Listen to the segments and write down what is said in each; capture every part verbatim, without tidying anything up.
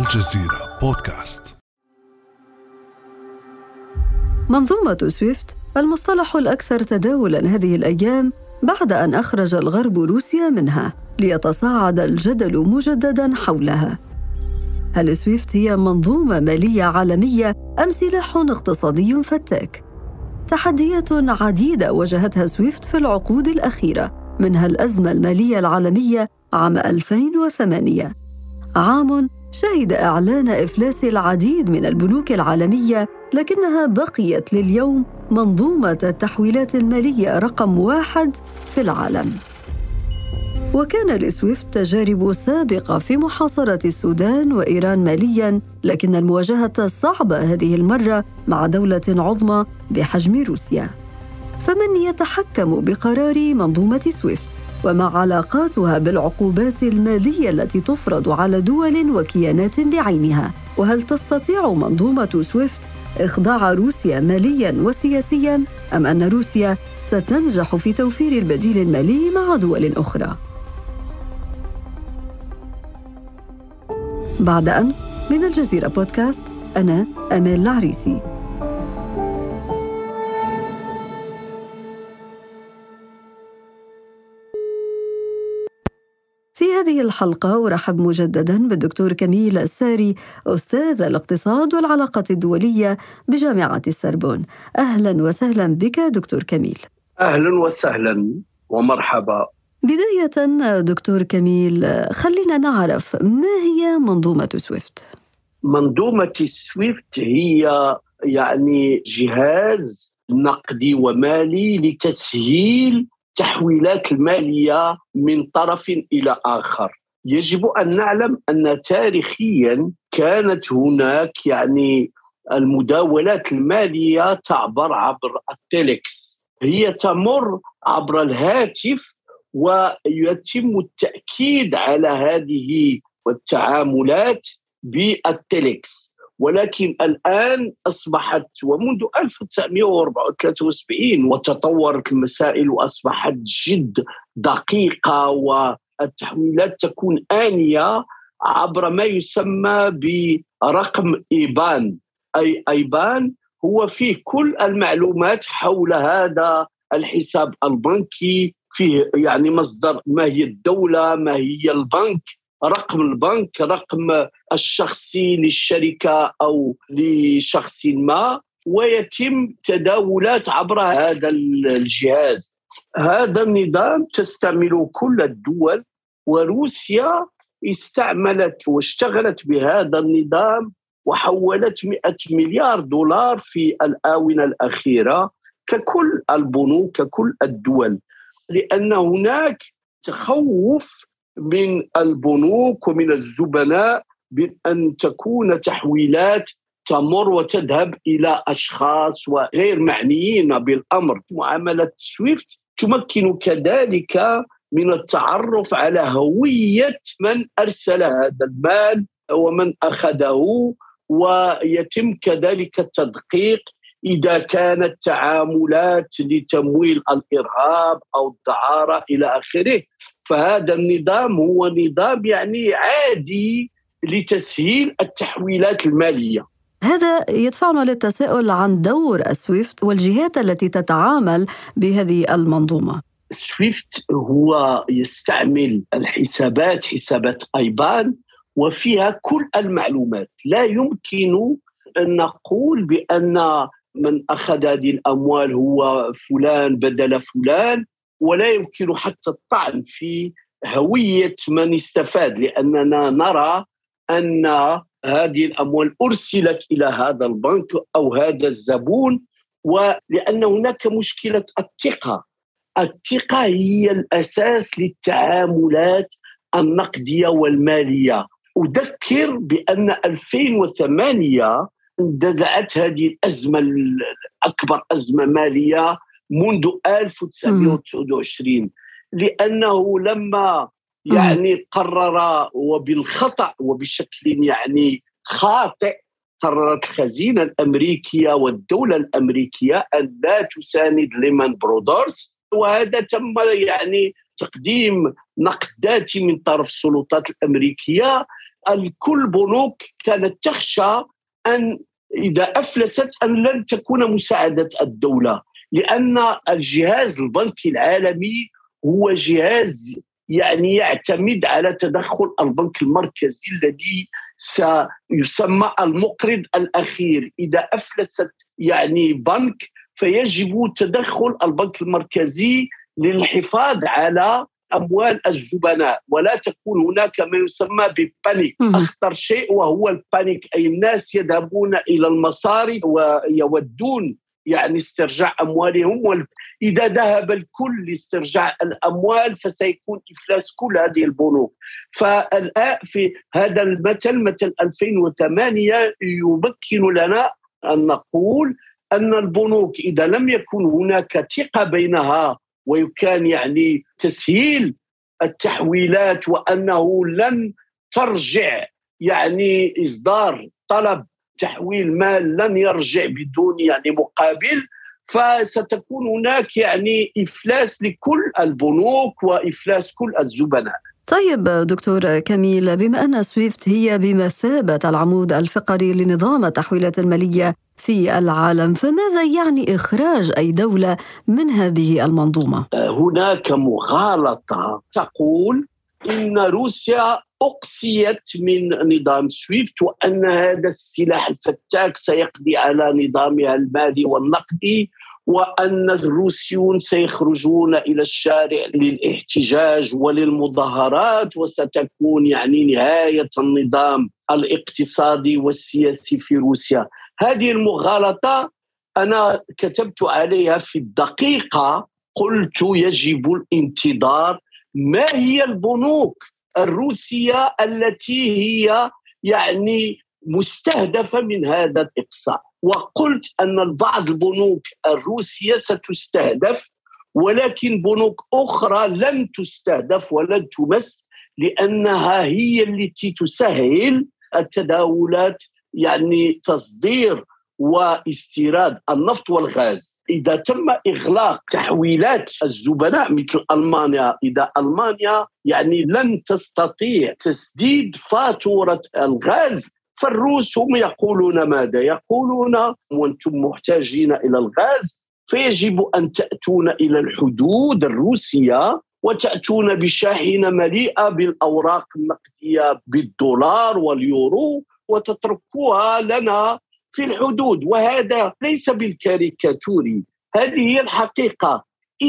الجزيرة بودكاست. منظومة سويفت المصطلح الأكثر تداولاً هذه الأيام بعد أن أخرج الغرب روسيا منها ليتصاعد الجدل مجدداً حولها. هل سويفت هي منظومة مالية عالمية أم سلاح اقتصادي فتاك؟ تحديات عديدة واجهتها سويفت في العقود الأخيرة، منها الأزمة المالية العالمية عام ألفين وثمانية، عام شهد إعلان إفلاس العديد من البنوك العالمية، لكنها بقيت لليوم منظومة التحويلات المالية رقم واحد في العالم. وكان لسويفت تجارب سابقة في محاصرة السودان وإيران مالياً، لكن المواجهة الصعبة هذه المرة مع دولة عظمى بحجم روسيا. فمن يتحكم بقرار منظومة سويفت وما علاقاتها بالعقوبات المالية التي تفرض على دول وكيانات بعينها؟ وهل تستطيع منظومة سويفت إخضاع روسيا مالياً وسياسياً، أم أن روسيا ستنجح في توفير البديل المالي مع دول أخرى؟ بعد أمس من الجزيرة بودكاست، أنا أمال العريسي. في هذه الحلقة أرحب مجدداً بالدكتور كميل الساري، أستاذ الاقتصاد والعلاقات الدولية بجامعة السربون. أهلاً وسهلاً بك دكتور كميل. أهلاً وسهلاً ومرحبا. بداية دكتور كميل، خلينا نعرف ما هي منظومة سويفت؟ منظومة سويفت هي يعني جهاز نقدي ومالي لتسهيل تحويلات المالية من طرف إلى آخر. يجب أن نعلم أن تاريخياً كانت هناك يعني المداولات المالية تعبر عبر التيليكس، هي تمر عبر الهاتف ويتم التأكيد على هذه التعاملات بالتيليكس. ولكن الآن أصبحت ومنذ ألف وتسعمائة وثلاثة وسبعين وتطورت المسائل وأصبحت جد دقيقة، والتحويلات تكون آنية عبر ما يسمى برقم إيبان. أي إيبان هو فيه كل المعلومات حول هذا الحساب البنكي، فيه يعني مصدر ما هي الدولة، ما هي البنك، رقم البنك، رقم الشخصي للشركة أو لشخص ما، ويتم تداولات عبر هذا الجهاز. هذا النظام تستعمله كل الدول، وروسيا استعملت واشتغلت بهذا النظام وحولت مئة مليار دولار في الآونة الأخيرة ككل البنوك ككل الدول، لأن هناك تخوف من البنوك ومن الزبناء بأن تكون تحويلات تمر وتذهب إلى أشخاص وغير معنيين بالأمر. معاملة سويفت تمكن كذلك من التعرف على هوية من أرسل هذا المال ومن أخذه، ويتم كذلك التدقيق إذا كانت تعاملات لتمويل الإرهاب أو الدعارة إلى آخره. فهذا النظام هو نظام يعني عادي لتسهيل التحويلات المالية. هذا يدفعنا للتساؤل عن دور السويفت والجهات التي تتعامل بهذه المنظومة. سويفت هو يستعمل الحسابات، حسابات أيبان، وفيها كل المعلومات. لا يمكن أن نقول بأن من أخذ هذه الأموال هو فلان بدل فلان، ولا يمكن حتى الطعن في هوية من استفاد، لأننا نرى أن هذه الأموال أرسلت إلى هذا البنك أو هذا الزبون، ولأن هناك مشكلة الثقة. الثقة هي الأساس للتعاملات النقدية والمالية. أذكر بأن ألفين وثمانية اندلعت هذه الأزمة الأكبر، أزمة مالية منذ ألف وتسعمائة وتسعة وعشرين، لأنه لما يعني قرر وبالخطأ وبشكل يعني خاطئ قررت الخزينة الأمريكية والدولة الأمريكية أن لا تساند ليمان برودرز، وهذا تم يعني تقديم نقد ذاتي من طرف السلطات الأمريكية الكل بنوك كانت تخشى أن إذا أفلست أن لن تكون مساعدة الدولة، لأن الجهاز البنكي العالمي هو جهاز يعني يعتمد على تدخل البنك المركزي الذي سيسمى المقرض الأخير. إذا أفلست يعني بنك فيجب تدخل البنك المركزي للحفاظ على أموال الزبناء، ولا تكون هناك ما يسمى ببانيك. أخطر شيء وهو البانيك، أي الناس يذهبون إلى المصارف ويودون يعني استرجاع أموالهم، وإذا ذهب الكل لاسترجاع الأموال فسيكون إفلاس كل هذه البنوك. فالآن في هذا المثل مثل ألفين وثمانية يمكن لنا أن نقول أن البنوك إذا لم يكن هناك ثقة بينها وكان يعني تسهيل التحويلات وأنه لن ترجع يعني إصدار طلب تحويل مال لن يرجع بدون يعني مقابل، فستكون هناك يعني إفلاس لكل البنوك وإفلاس كل الزبناء. طيب دكتور كميل، بما أن سويفت هي بمثابة العمود الفقري لنظام التحويلات المالية في العالم، فماذا يعني إخراج أي دولة من هذه المنظومة؟ هناك مغالطة تقول إن روسيا أقصيت من نظام سويفت وأن هذا السلاح الفتاك سيقضي على نظامها المالي والنقدي، وأن الروسيون سيخرجون إلى الشارع للاحتجاج وللمظاهرات وستكون يعني نهاية النظام الاقتصادي والسياسي في روسيا. هذه المغالطة أنا كتبت عليها في الدقيقة، قلت يجب الانتظار. ما هي البنوك الروسية التي هي يعني مستهدفة من هذا الإقصاء؟ وقلت أن بعض البنوك الروسية ستستهدف، ولكن بنوك أخرى لن تستهدف ولن تمس، لأنها هي التي تسهل التداولات يعني تصدير واستيراد النفط والغاز. إذا تم إغلاق تحويلات الزبناء مثل ألمانيا، إذا ألمانيا يعني لن تستطيع تسديد فاتورة الغاز، فالروس هم يقولون ماذا؟ يقولون وأنتم محتاجين إلى الغاز فيجب أن تأتون إلى الحدود الروسية وتأتون بشاحنة مليئة بالأوراق النقدية بالدولار واليورو وتتركوها لنا في الحدود. وهذا ليس بالكاريكاتوري، هذه هي الحقيقة.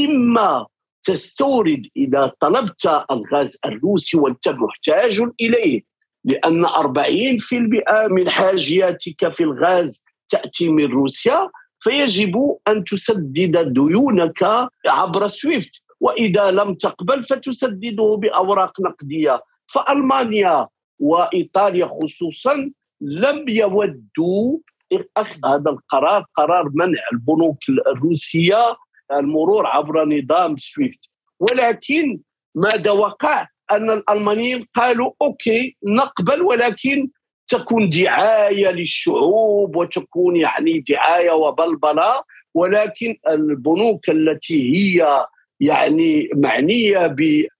إما تستورد إذا طلبت الغاز الروسي وأنت محتاج إليه، لأن أربعين بالمئة من حاجياتك في الغاز تأتي من روسيا، فيجب أن تسدد ديونك عبر سويفت، وإذا لم تقبل فتسدده بأوراق نقدية. فألمانيا وإيطاليا خصوصا لم يودوا أخذ هذا القرار، قرار منع البنوك الروسية المرور عبر نظام سويفت. ولكن ماذا وقع؟ أن الألمانيين قالوا أوكي نقبل، ولكن تكون دعاية للشعوب وتكون يعني دعاية وبلبلة، ولكن البنوك التي هي يعني معنية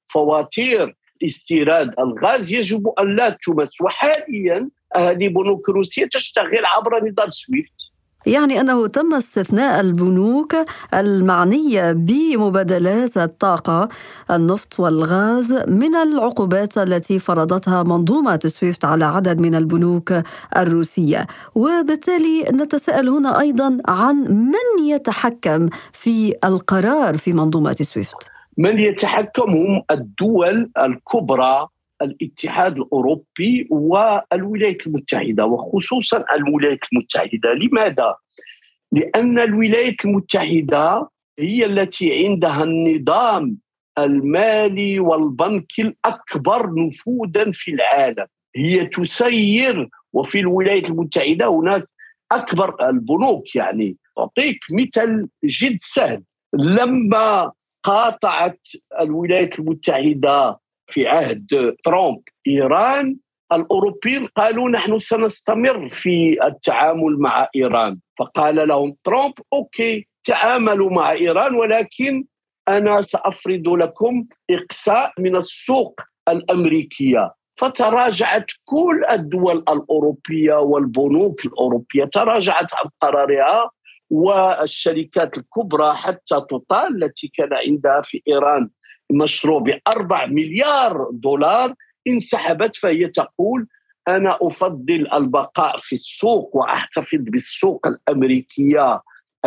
بفواتير استيراد الغاز يجب أن لا تمس. وحاليا هذه بنوك روسية تشتغل عبر نظام سويفت. يعني أنه تم استثناء البنوك المعنية بمبادلات الطاقة النفط والغاز من العقوبات التي فرضتها منظومة سويفت على عدد من البنوك الروسية. وبالتالي نتساءل هنا أيضا عن من يتحكم في القرار في منظومة سويفت. من يتحكم هم الدول الكبرى، الاتحاد الأوروبي والولايات المتحدة، وخصوصا الولايات المتحدة. لماذا؟ لأن الولايات المتحدة هي التي عندها النظام المالي والبنكي الأكبر نفوذا في العالم، هي تسير. وفي الولايات المتحدة هناك أكبر البنوك. يعني أعطيك مثال جد سهل، لما قاطعت الولايات المتحدة في عهد ترامب إيران، الأوروبيين قالوا نحن سنستمر في التعامل مع إيران، فقال لهم ترامب أوكي تعاملوا مع إيران، ولكن أنا سأفرض لكم إقصاء من السوق الأمريكية. فتراجعت كل الدول الأوروبية والبنوك الأوروبية تراجعت عن قرارها، والشركات الكبرى حتى توتال التي كان عندها في إيران مشروع بأربع مليار دولار انسحبت، فهي تقول أنا أفضل البقاء في السوق وأحتفظ بالسوق الأمريكية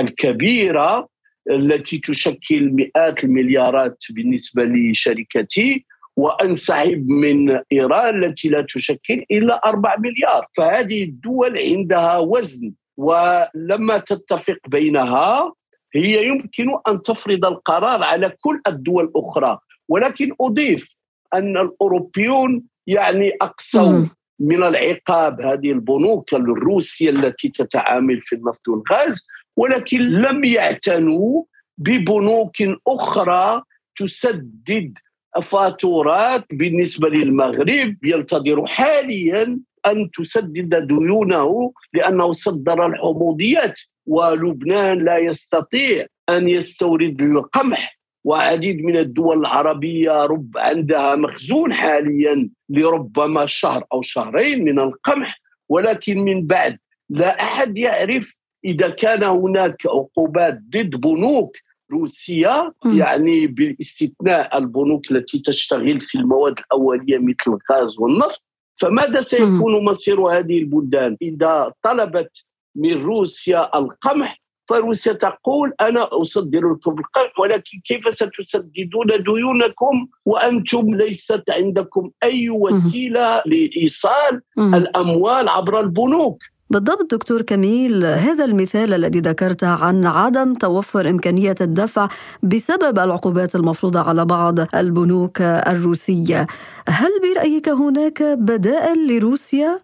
الكبيرة التي تشكل مئات المليارات بالنسبة لشركتي، وأنسحب من إيران التي لا تشكل إلا أربع مليار. فهذه الدول عندها وزن، ولما تتفق بينها هي يمكن أن تفرض القرار على كل الدول الأخرى. ولكن أضيف أن الأوروبيون يعني أقصوا من العقاب هذه البنوك الروسية التي تتعامل في النفط والغاز، ولكن لم يعتنوا ببنوك أخرى تسدد فاتورات. بالنسبة للمغرب ينتظر حاليا أن تسدد ديونه لأنه صدر الحموضيات، ولبنان لا يستطيع أن يستورد القمح، وعديد من الدول العربية رب عندها مخزون حاليا لربما شهر أو شهرين من القمح، ولكن من بعد لا أحد يعرف إذا كان هناك عقوبات ضد بنوك روسيا، يعني باستثناء البنوك التي تشتغل في المواد الأولية مثل الغاز والنفط، فماذا سيكون مصير هذه البلدان؟ إذا طلبت من روسيا القمح فروسيا تقول أنا أصدر لكم القمح، ولكن كيف ستسددون ديونكم وأنتم ليست عندكم أي وسيلة لإيصال الأموال عبر البنوك؟ بالضبط دكتور كميل، هذا المثال الذي ذكرته عن عدم توفر إمكانية الدفع بسبب العقوبات المفروضة على بعض البنوك الروسية، هل برأيك هناك بدائل لروسيا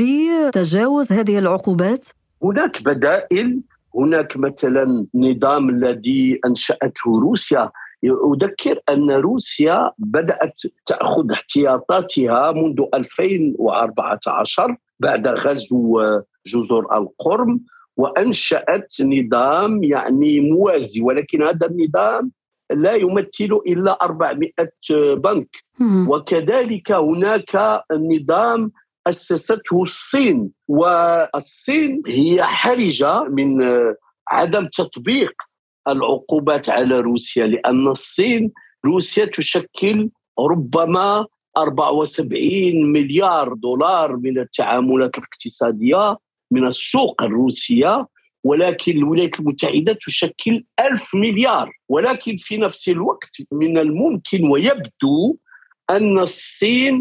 لتجاوز هذه العقوبات؟ هناك بدائل، هناك مثلا نظام الذي أنشأته روسيا. أذكر أن روسيا بدأت تأخذ احتياطاتها منذ ألفين وأربعة عشر بعد غزو جزر القرم، وأنشأت نظام يعني موازي، ولكن هذا النظام لا يمثل إلا أربعمائة بنك. وكذلك هناك نظام أسسته الصين، والصين هي حرجة من عدم تطبيق العقوبات على روسيا، لأن الصين روسيا تشكل ربما أربعة وسبعين مليار دولار من التعاملات الاقتصادية من السوق الروسية، ولكن الولايات المتحدة تشكل ألف مليار. ولكن في نفس الوقت من الممكن ويبدو أن الصين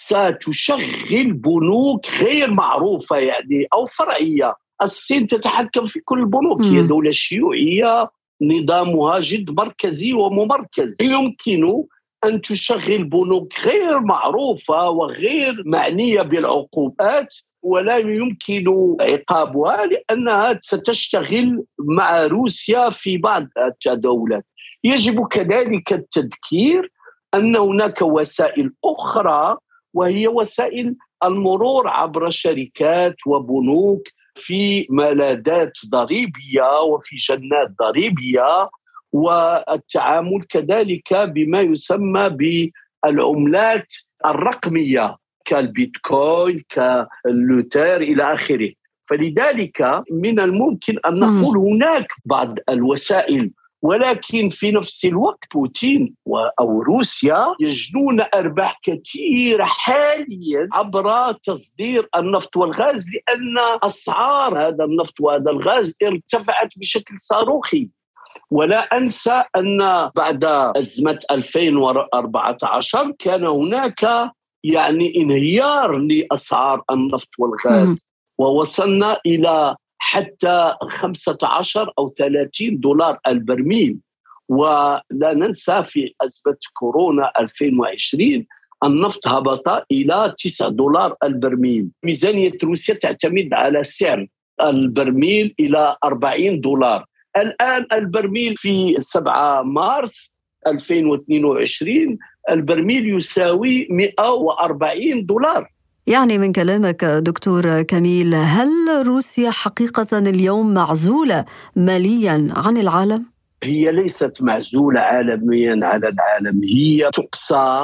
ستشغل بنوك غير معروفة يعني أو فرعية. الصين تتحكم في كل البنوك، هي دولة شيوعية نظامها جد مركزي وممركز، يمكن أن تشغل بنوك غير معروفة وغير معنية بالعقوبات، ولا يمكن عقابها لأنها ستشتغل مع روسيا في بعض التداولات. يجب كذلك التذكير أن هناك وسائل أخرى، وهي وسائل المرور عبر شركات وبنوك في ملاذات ضريبية وفي جنات ضريبية، والتعامل كذلك بما يسمى بالعملات الرقمية كالبيتكوين كاللوتير إلى آخره. فلذلك من الممكن أن نقول هناك بعض الوسائل، ولكن في نفس الوقت بوتين أو روسيا يجنون أرباح كثيرة حاليا عبر تصدير النفط والغاز، لأن أسعار هذا النفط وهذا الغاز ارتفعت بشكل صاروخي. ولا أنسى أن بعد أزمة ألفين وأربعة عشر كان هناك يعني انهيار لأسعار النفط والغاز، ووصلنا إلى حتى خمسة عشر أو ثلاثين دولار البرميل. ولا ننسى في أزمة كورونا ألفين وعشرين النفط هبط إلى تسعة دولار البرميل. ميزانية روسيا تعتمد على سعر البرميل إلى أربعين دولار. الآن البرميل في سبعة مارس ألفين واثنين وعشرين البرميل يساوي مئة وأربعين دولار. يعني من كلامك دكتور كميل، هل روسيا حقيقة اليوم معزولة ماليا عن العالم؟ هي ليست معزولة عالميا على العالم، هي تقصى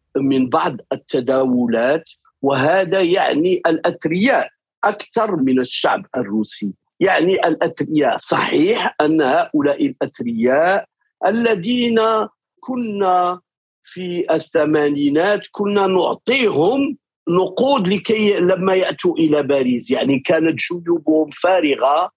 من بعض التداولات، وهذا يعني الأثرياء أكثر من الشعب الروسي. يعني الأثرياء، صحيح أن هؤلاء الأثرياء الذين كنا في الثمانينات كنا نعطيهم نقود لكي لما يأتوا إلى باريس، يعني كانت جيوبهم فارغة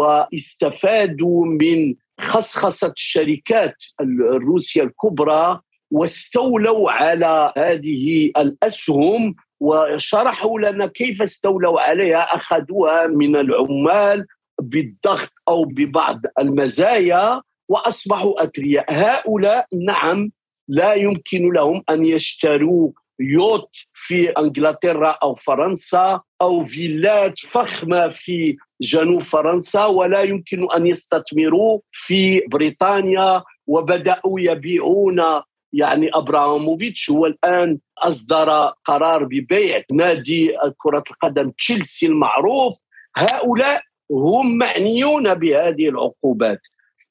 واستفادوا من خصخصة الشركات الروسية الكبرى واستولوا على هذه الأسهم، وشرحوا لنا كيف استولوا عليها. أخذوها من العمال بالضغط أو ببعض المزايا وأصبحوا أثرياء. هؤلاء نعم لا يمكن لهم أن يشتروا يوت في إنجلترا أو فرنسا أو فيلات فخمة في جنوب فرنسا، ولا يمكن أن يستثمروا في بريطانيا، وبدأوا يبيعون. يعني أبراهاموفيتش هو الآن أصدر قرار ببيع نادي كرة القدم تشيلسي المعروف. هؤلاء هم معنيون بهذه العقوبات،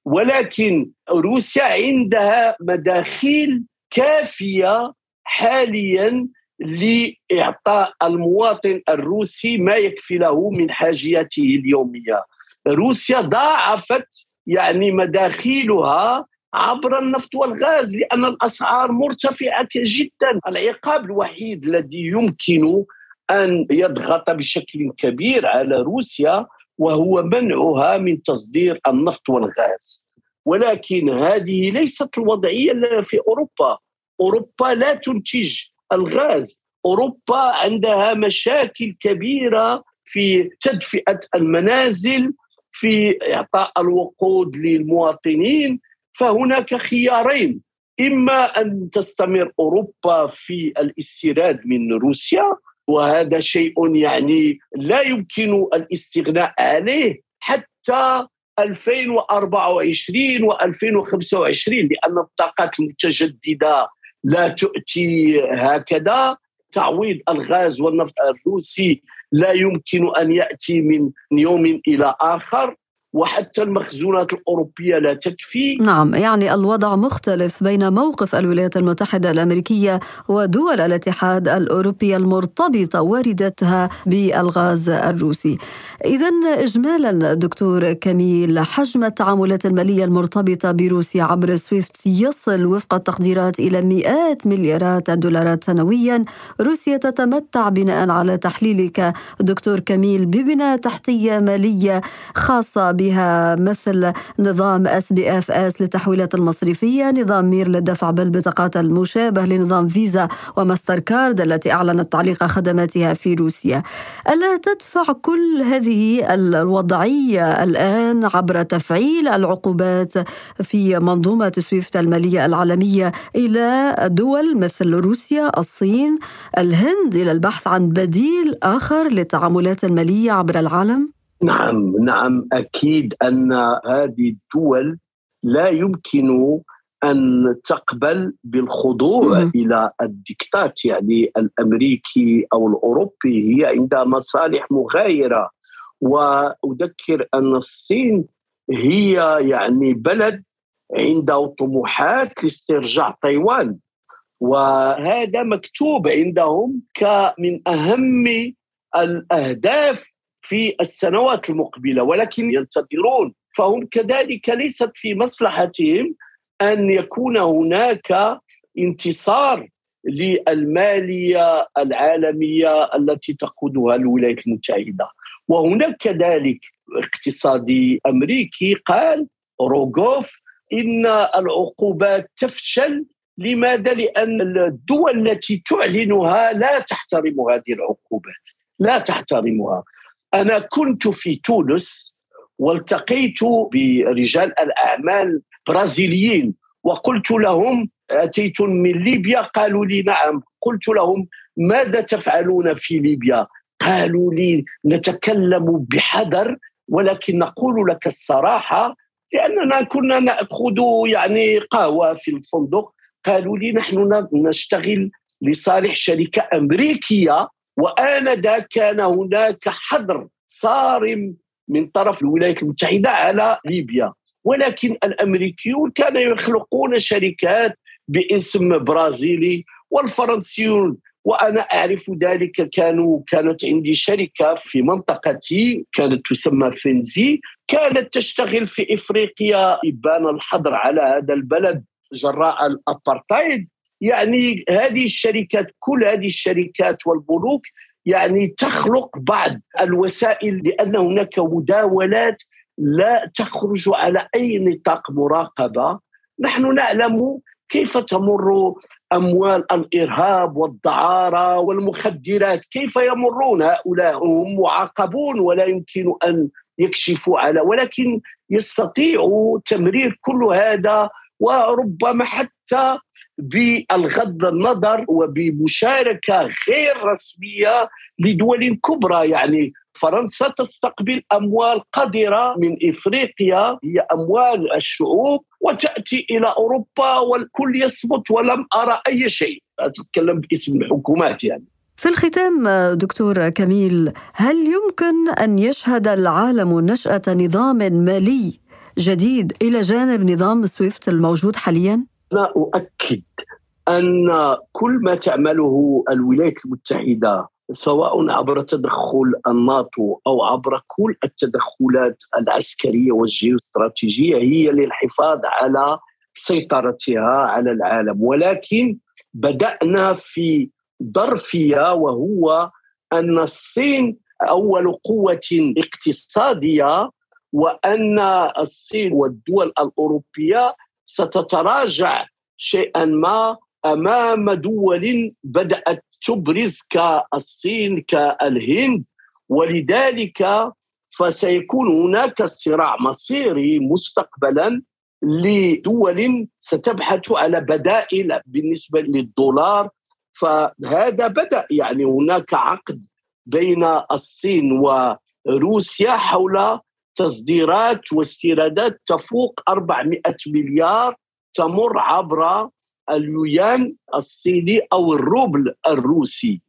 ولكن روسيا عندها مداخيل كافية حاليا لإعطاء المواطن الروسي ما يكفي له من حاجياته اليومية. روسيا ضاعفت يعني مداخيلها عبر النفط والغاز لأن الأسعار مرتفعة جدا. العقاب الوحيد الذي يمكن أن يضغط بشكل كبير على روسيا وهو منعها من تصدير النفط والغاز، ولكن هذه ليست الوضعية في أوروبا. أوروبا لا تنتج الغاز، أوروبا عندها مشاكل كبيرة في تدفئة المنازل، في إعطاء الوقود للمواطنين. فهناك خيارين: إما أن تستمر أوروبا في الاستيراد من روسيا، وهذا شيء يعني لا يمكن الاستغناء عليه حتى ألفين وأربعة وعشرين وألفين وخمسة وعشرين، لأن الطاقات المتجددة لا تؤتي هكذا. تعويض الغاز والنفط الروسي لا يمكن أن يأتي من يوم إلى آخر، وحتى المخزونات الأوروبية لا تكفي. نعم، يعني الوضع مختلف بين موقف الولايات المتحدة الأمريكية ودول الاتحاد الأوروبي المرتبطة واردتها بالغاز الروسي. إذن إجمالا دكتور كميل، حجم التعاملات المالية المرتبطة بروسيا عبر سويفت يصل وفق التقديرات إلى مئات مليارات الدولارات سنويا. روسيا تتمتع بناء على تحليلك دكتور كميل ببناء تحتية مالية خاصة بها، مثل نظام اس بي اف اس للتحويلات المصرفية، نظام مير للدفع بالبطاقات المشابه لنظام فيزا وماستر كارد التي أعلنت تعليق خدماتها في روسيا. ألا تدفع كل هذه الوضعية الآن عبر تفعيل العقوبات في منظومة سويفت المالية العالمية إلى دول مثل روسيا، الصين، الهند إلى البحث عن بديل آخر للتعاملات المالية عبر العالم؟ نعم نعم أكيد أن هذه الدول لا يمكن أن تقبل بالخضوع م- إلى الديكتات يعني الأمريكي أو الأوروبي. هي عندها مصالح مغايرة، وأذكر أن الصين هي يعني بلد عنده طموحات لاسترجاع تايوان، وهذا مكتوب عندهم كمن أهم الأهداف في السنوات المقبلة، ولكن ينتظرون. فهم كذلك ليست في مصلحتهم أن يكون هناك انتصار للمالية العالمية التي تقودها الولايات المتحدة. وهناك كذلك اقتصادي أمريكي قال، روغوف، إن العقوبات تفشل. لماذا؟ لأن الدول التي تعلنها لا تحترم هذه العقوبات، لا تحترمها. أنا كنت في تونس والتقيت برجال الأعمال برازيليين وقلت لهم: أتيتم من ليبيا؟ قالوا لي نعم. قلت لهم: ماذا تفعلون في ليبيا؟ قالوا لي: نتكلم بحذر ولكن نقول لك الصراحة، لأننا كنا نأخذ يعني قهوة في الفندق. قالوا لي: نحن نشتغل لصالح شركة أمريكية، وآنذاك كان هناك حظر صارم من طرف الولايات المتحدة على ليبيا، ولكن الأمريكيون كانوا يخلقون شركات باسم برازيلي والفرنسيون وأنا أعرف ذلك كانوا كانت عندي شركة في منطقتي كانت تسمى فينزي، كانت تشتغل في إفريقيا إبان الحظر على هذا البلد جراء الأبارتايد. يعني هذه الشركات كل هذه الشركات والبنوك يعني تخلق بعض الوسائل لأن هناك مداولات لا تخرج على أي نطاق مراقبة. نحن نعلم كيف تمر أموال الإرهاب والدعارة والمخدرات، كيف يمرون هؤلاء، هم معاقبون ولا يمكن أن يكشفوا على، ولكن يستطيعوا تمرير كل هذا وربما حتى بالغض النظر وبمشاركة غير رسمية لدول كبرى. يعني فرنسا تستقبل أموال قذرة من إفريقيا، هي أموال الشعوب، وتأتي إلى أوروبا والكل يصمت ولم أرى أي شيء. أتكلم باسم الحكومات. يعني في الختام دكتور كميل، هل يمكن أن يشهد العالم نشأة نظام مالي جديد إلى جانب نظام سويفت الموجود حالياً؟ أنا أؤكد أن كل ما تعمله الولايات المتحدة سواء عبر تدخل الناتو أو عبر كل التدخلات العسكرية والجيوستراتيجية هي للحفاظ على سيطرتها على العالم، ولكن بدأنا في ظرفية وهو أن الصين أول قوة اقتصادية، وأن الصين والدول الأوروبية ستتراجع شيئا ما أمام دول بدأت تبرز كالصين كالهند، ولذلك فسيكون هناك صراع مصيري مستقبلا لدول ستبحث على بدائل بالنسبة للدولار. فهذا بدأ، يعني هناك عقد بين الصين وروسيا حول تصديرات واستيرادات تفوق أربعمائة مليار تمر عبر اليوان الصيني أو الروبل الروسي،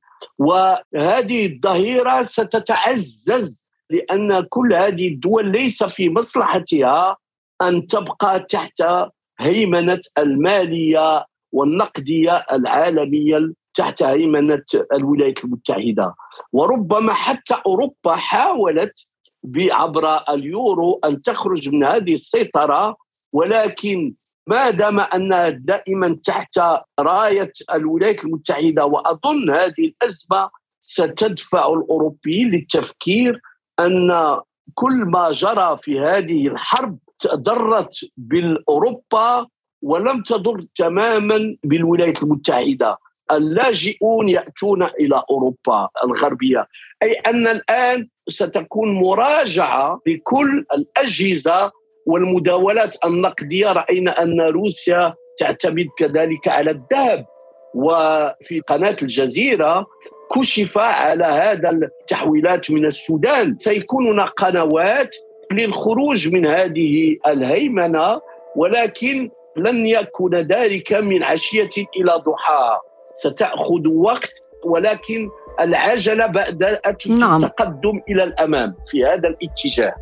وهذه الظاهرة ستتعزز لأن كل هذه الدول ليس في مصلحتها أن تبقى تحت هيمنة المالية والنقدية العالمية تحت هيمنة الولايات المتحدة. وربما حتى أوروبا حاولت عبر اليورو أن تخرج من هذه السيطرة، ولكن ما دام أنها دائما تحت راية الولايات المتحدة، وأظن هذه الأزمة ستدفع الأوروبيين للتفكير أن كل ما جرى في هذه الحرب ضرت بالأوروبا ولم تضر تماما بالولايات المتحدة. اللاجئون يأتون إلى أوروبا الغربية، أي أن الآن ستكون مراجعة لكل الأجهزة والمداولات النقدية. رأينا أن روسيا تعتمد كذلك على الذهب، وفي قناة الجزيرة كشف على هذا التحويلات من السودان. سيكون هناك قنوات للخروج من هذه الهيمنة، ولكن لن يكون ذلك من عشية إلى ضحاها، ستأخذ وقت، ولكن العجلة بدأت في نعم. التقدم إلى الأمام في هذا الاتجاه.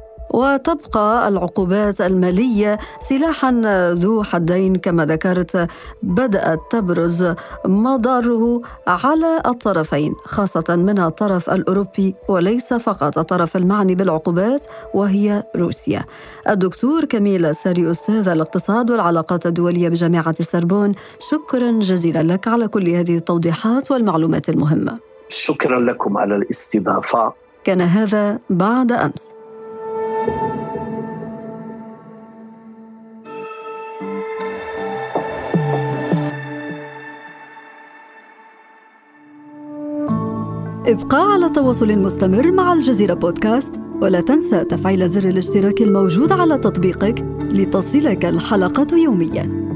وتبقى العقوبات المالية سلاحاً ذو حدين كما ذكرت، بدأت تبرز مضاره على الطرفين، خاصة من الطرف الأوروبي وليس فقط الطرف المعني بالعقوبات وهي روسيا. الدكتور كميل الساري، أستاذ الاقتصاد والعلاقات الدولية بجامعة السربون، شكراً جزيلاً لك على كل هذه التوضيحات والمعلومات المهمة. شكراً لكم على الاستضافة. كان هذا بعد أمس. ابقى على تواصل مستمر مع الجزيرة بودكاست، ولا تنسى تفعيل زر الاشتراك الموجود على تطبيقك لتصلك الحلقة يومياً.